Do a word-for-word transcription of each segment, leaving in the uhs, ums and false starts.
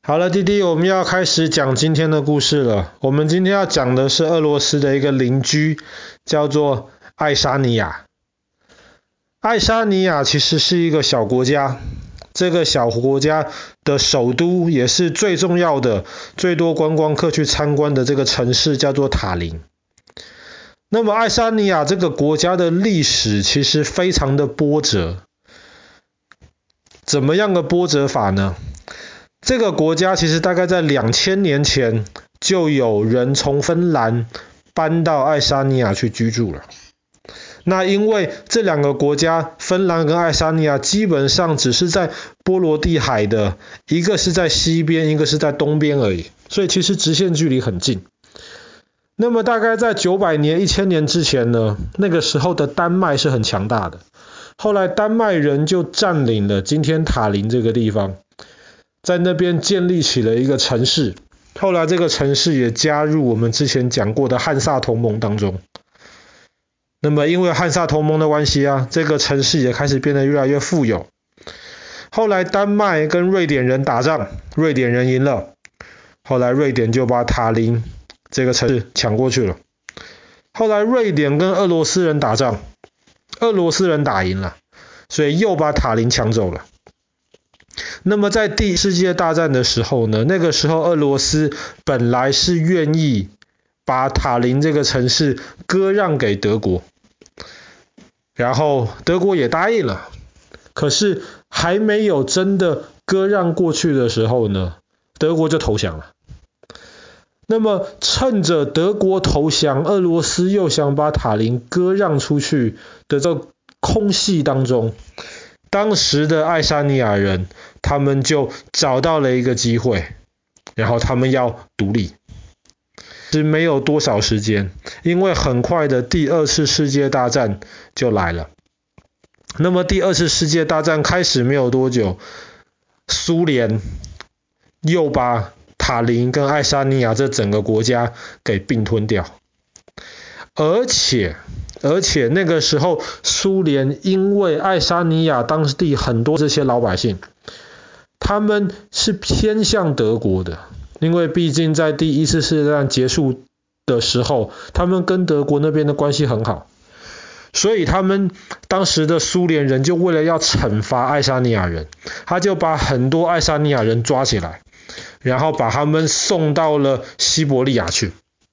好了，弟弟，我们要开始讲今天的故事了。我们今天要讲的是俄罗斯的一个邻居，叫做爱沙尼亚。爱沙尼亚其实是一个小国家，这个小国家的首都也是最重要的、最多观光客去参观的这个城市叫做塔林。那么爱沙尼亚这个国家的历史其实非常的波折。怎么样的波折法呢？这个国家其实大概在两千年前就有人从芬兰搬到爱沙尼亚去居住了。那因为这两个国家，芬兰跟爱沙尼亚基本上只是在波罗的海的，一个是在西边，一个是在东边而已，所以其实直线距离很近。那么大概在九百年、一千年之前呢，那个时候的丹麦是很强大的。后来丹麦人就占领了今天塔林这个地方，在那边建立起了一个城市，后来这个城市也加入我们之前讲过的汉萨同盟当中。那么因为汉萨同盟的关系啊，这个城市也开始变得越来越富有。后来丹麦跟瑞典人打仗，瑞典人赢了，后来瑞典就把塔林这个城市抢过去了。后来瑞典跟俄罗斯人打仗，俄罗斯人打赢了，所以又把塔林抢走了。那么在第一次世界大战的时候呢，那个时候俄罗斯本来是愿意把塔林这个城市割让给德国，然后德国也答应了，可是还没有真的割让过去的时候呢，德国就投降了。那么趁着德国投降，俄罗斯又想把塔林割让出去的这个空隙当中，当时的爱沙尼亚人他们就找到了一个机会，然后他们要独立。是没有多少时间，因为很快的第二次世界大战就来了。那么第二次世界大战开始没有多久，苏联又把塔林跟爱沙尼亚这整个国家给并吞掉。而且而且那个时候苏联因为爱沙尼亚当地很多这些老百姓，他们是偏向德国的，因为毕竟在第一次世界大战结束的时候，他们跟德国那边的关系很好，所以他们当时的苏联人就为了要惩罚爱沙尼亚人，他就把很多爱沙尼亚人抓起来，然后把他们送到了西伯利亚去。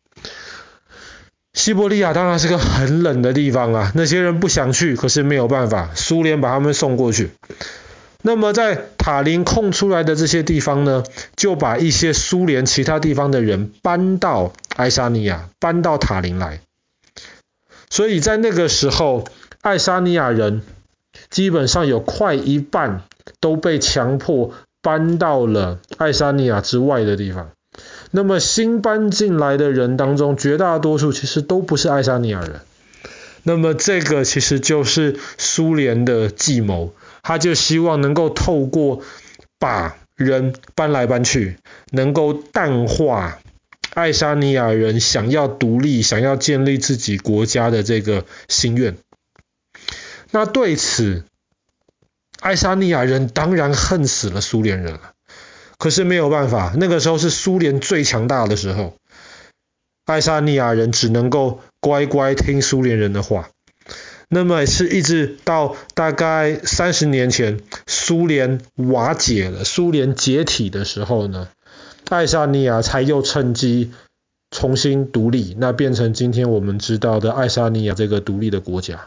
西伯利亚当然是个很冷的地方啊，那些人不想去，可是没有办法，苏联把他们送过去。那么在塔林空出来的这些地方呢，就把一些苏联其他地方的人搬到爱沙尼亚，搬到塔林来。所以在那个时候，爱沙尼亚人基本上有快一半都被强迫搬到了爱沙尼亚之外的地方。那么新搬进来的人当中，绝大多数其实都不是爱沙尼亚人。那么这个其实就是苏联的计谋，他就希望能够透过把人搬来搬去，能够淡化爱沙尼亚人想要独立、想要建立自己国家的这个心愿。那对此，爱沙尼亚人当然恨死了苏联人了。可是没有办法，那个时候是苏联最强大的时候，爱沙尼亚人只能够乖乖听苏联人的话。那么是一直到大概三十年前，苏联瓦解了，苏联解体的时候呢，爱沙尼亚才又趁机重新独立，那变成今天我们知道的爱沙尼亚这个独立的国家。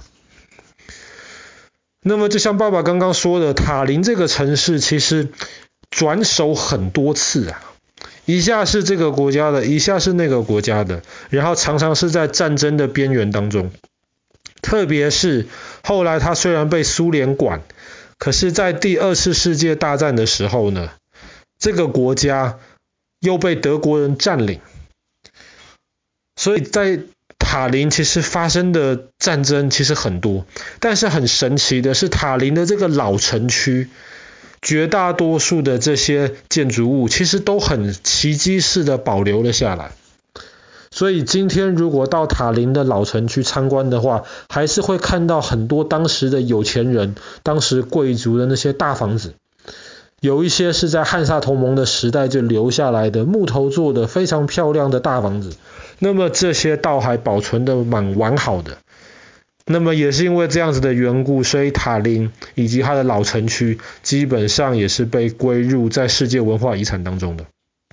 那么就像爸爸刚刚说的，塔林这个城市其实转手很多次啊，一下是这个国家的，一下是那个国家的，然后常常是在战争的边缘当中。特别是后来他虽然被苏联管，可是在第二次世界大战的时候呢，这个国家又被德国人占领。所以在塔林其实发生的战争其实很多，但是很神奇的是塔林的这个老城区，绝大多数的这些建筑物其实都很奇迹式的保留了下来。所以今天如果到塔林的老城区参观的话，还是会看到很多当时的有钱人，当时贵族的那些大房子。 有一些是在汉萨同盟的时代就留下来的木头做的非常漂亮的大房子，那么这些倒还保存的蛮完好的。那么也是因为这样子的缘故，所以塔林以及它的老城区基本上也是被归入在世界文化遗产当中的。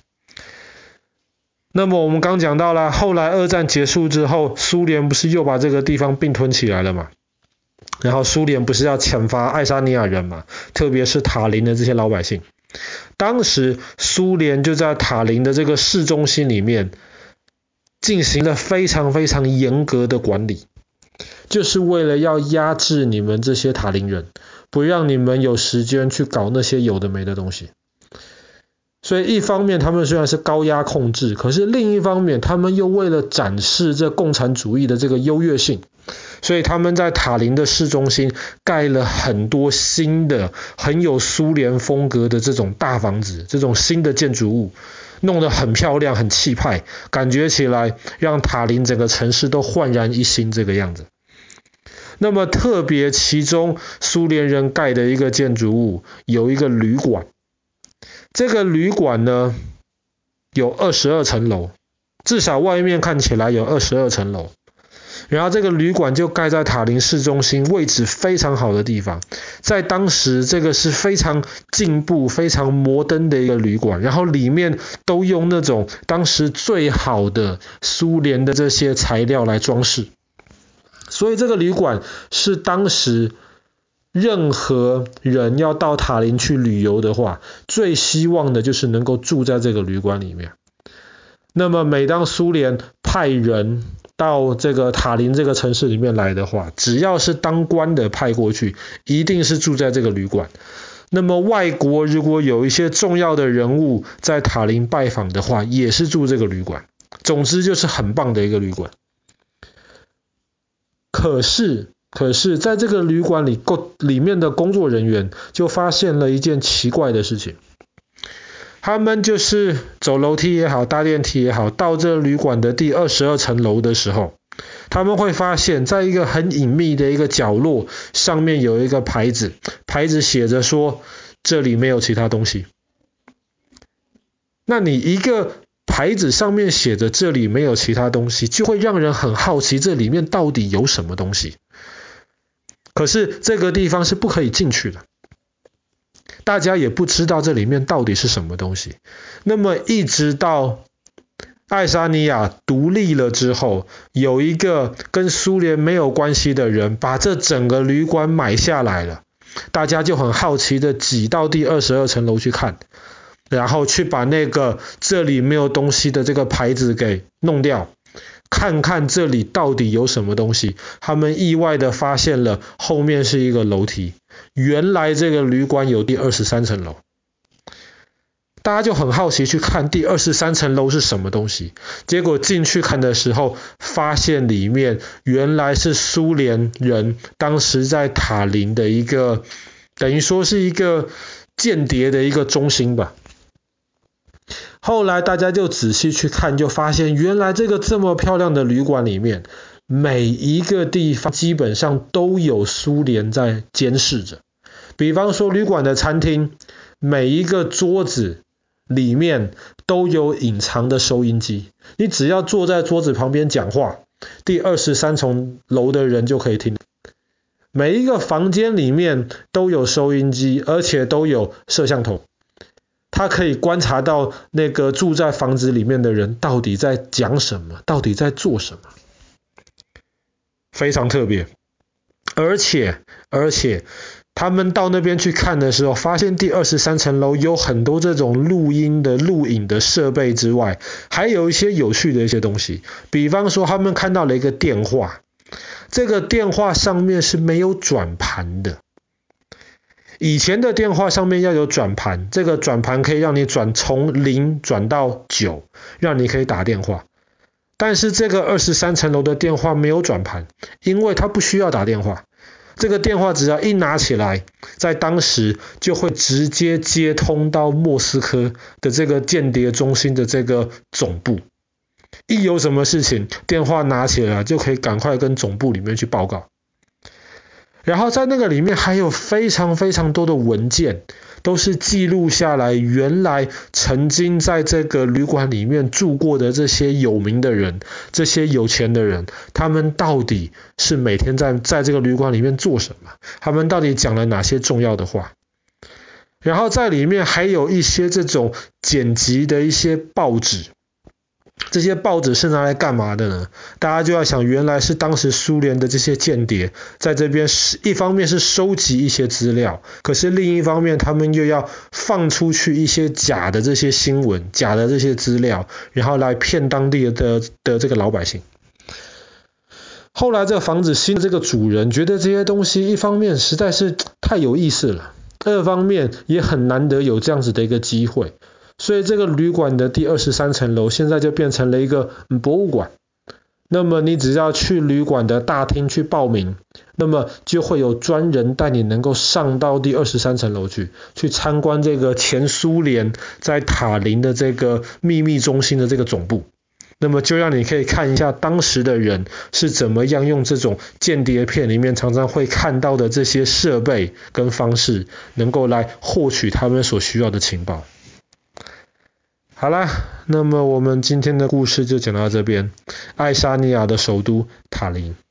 那么我们刚讲到了，后来二战结束之后，苏联不是又把这个地方并吞起来了嘛？然后苏联不是要惩罚爱沙尼亚人嘛，特别是塔林的这些老百姓。当时苏联就在塔林的这个市中心里面进行了非常非常严格的管理，就是为了要压制你们这些塔林人，不让你们有时间去搞那些有的没的东西。所以一方面他们虽然是高压控制，可是另一方面他们又为了展示这共产主义的这个优越性，所以他们在塔林的市中心盖了很多新的很有苏联风格的这种大房子，这种新的建筑物，弄得很漂亮很气派，感觉起来让塔林整个城市都焕然一新这个样子。那么特别其中苏联人盖的一个建筑物有一个旅馆，这个旅馆呢有二十二层楼，至少外面看起来有二十二层楼。然后这个旅馆就盖在塔林市中心，位置非常好的地方，在当时这个是非常进步非常摩登的一个旅馆，然后里面都用那种当时最好的苏联的这些材料来装饰，所以这个旅馆是当时任何人要到塔林去旅游的话，最希望的就是能够住在这个旅馆里面。那么每当苏联派人到这个塔林这个城市里面来的话，只要是当官的派过去，一定是住在这个旅馆。那么外国如果有一些重要的人物在塔林拜访的话，也是住这个旅馆。总之就是很棒的一个旅馆。可是可是在这个旅馆里里面的工作人员就发现了一件奇怪的事情，他们就是走楼梯也好搭电梯也好，到这旅馆的第二十二层楼的时候，他们会发现在一个很隐秘的一个角落上面有一个牌子，牌子写着说这里没有其他东西。那你一个牌子上面写着这里没有其他东西，就会让人很好奇这里面到底有什么东西。可是这个地方是不可以进去的，大家也不知道这里面到底是什么东西。那么一直到爱沙尼亚独立了之后，有一个跟苏联没有关系的人把这整个旅馆买下来了，大家就很好奇的挤到第二十二层楼去看，然后去把那个这里没有东西的这个牌子给弄掉，看看这里到底有什么东西。他们意外的发现了后面是一个楼梯，原来这个旅馆有第二十三层楼。大家就很好奇去看第二十三层楼是什么东西，结果进去看的时候，发现里面原来是苏联人当时在塔林的一个，等于说是一个间谍的一个中心吧。后来大家就仔细去看，就发现原来这个这么漂亮的旅馆里面，每一个地方基本上都有苏联在监视着。比方说旅馆的餐厅，每一个桌子里面都有隐藏的收音机，你只要坐在桌子旁边讲话，第二十三层楼的人就可以听。每一个房间里面都有收音机，而且都有摄像头，他可以观察到那个住在房子里面的人到底在讲什么，到底在做什么，非常特别。而且而且他们到那边去看的时候，发现第二十三层楼有很多这种录音的录影的设备之外，还有一些有趣的一些东西。比方说他们看到了一个电话，这个电话上面是没有转盘的。以前的电话上面要有转盘，这个转盘可以让你转从零转到九，让你可以打电话。但是这个二十三层楼的电话没有转盘，因为它不需要打电话。这个电话只要一拿起来，在当时就会直接接通到莫斯科的这个间谍中心的这个总部。一有什么事情，电话拿起来就可以赶快跟总部里面去报告。然后在那个里面还有非常非常多的文件， 都是记录下来原来曾经在这个旅馆里面住过的这些有名的人，这些有钱的人，他们到底是每天在在这个旅馆里面做什么，他们到底讲了哪些重要的话。然后在里面还有一些这种剪辑的一些报纸，这些报纸是拿来干嘛的呢？大家就要想，原来是当时苏联的这些间谍在这边，一方面是收集一些资料，可是另一方面他们又要放出去一些假的这些新闻，假的这些资料，然后来骗当地的的这个老百姓。后来这个房子新的这个主人觉得这些东西一方面实在是太有意思了，二方面也很难得有这样子的一个机会，所以这个旅馆的第二十三层楼现在就变成了一个博物馆。那么你只要去旅馆的大厅去报名，那么就会有专人带你能够上到第二十三层楼去，去参观这个前苏联在塔林的这个秘密中心的这个总部。那么就让你可以看一下当时的人是怎么样用这种间谍片里面常常会看到的这些设备跟方式，能够来获取他们所需要的情报。好啦，那么我们今天的故事就讲到这边。爱沙尼亚的首都塔林。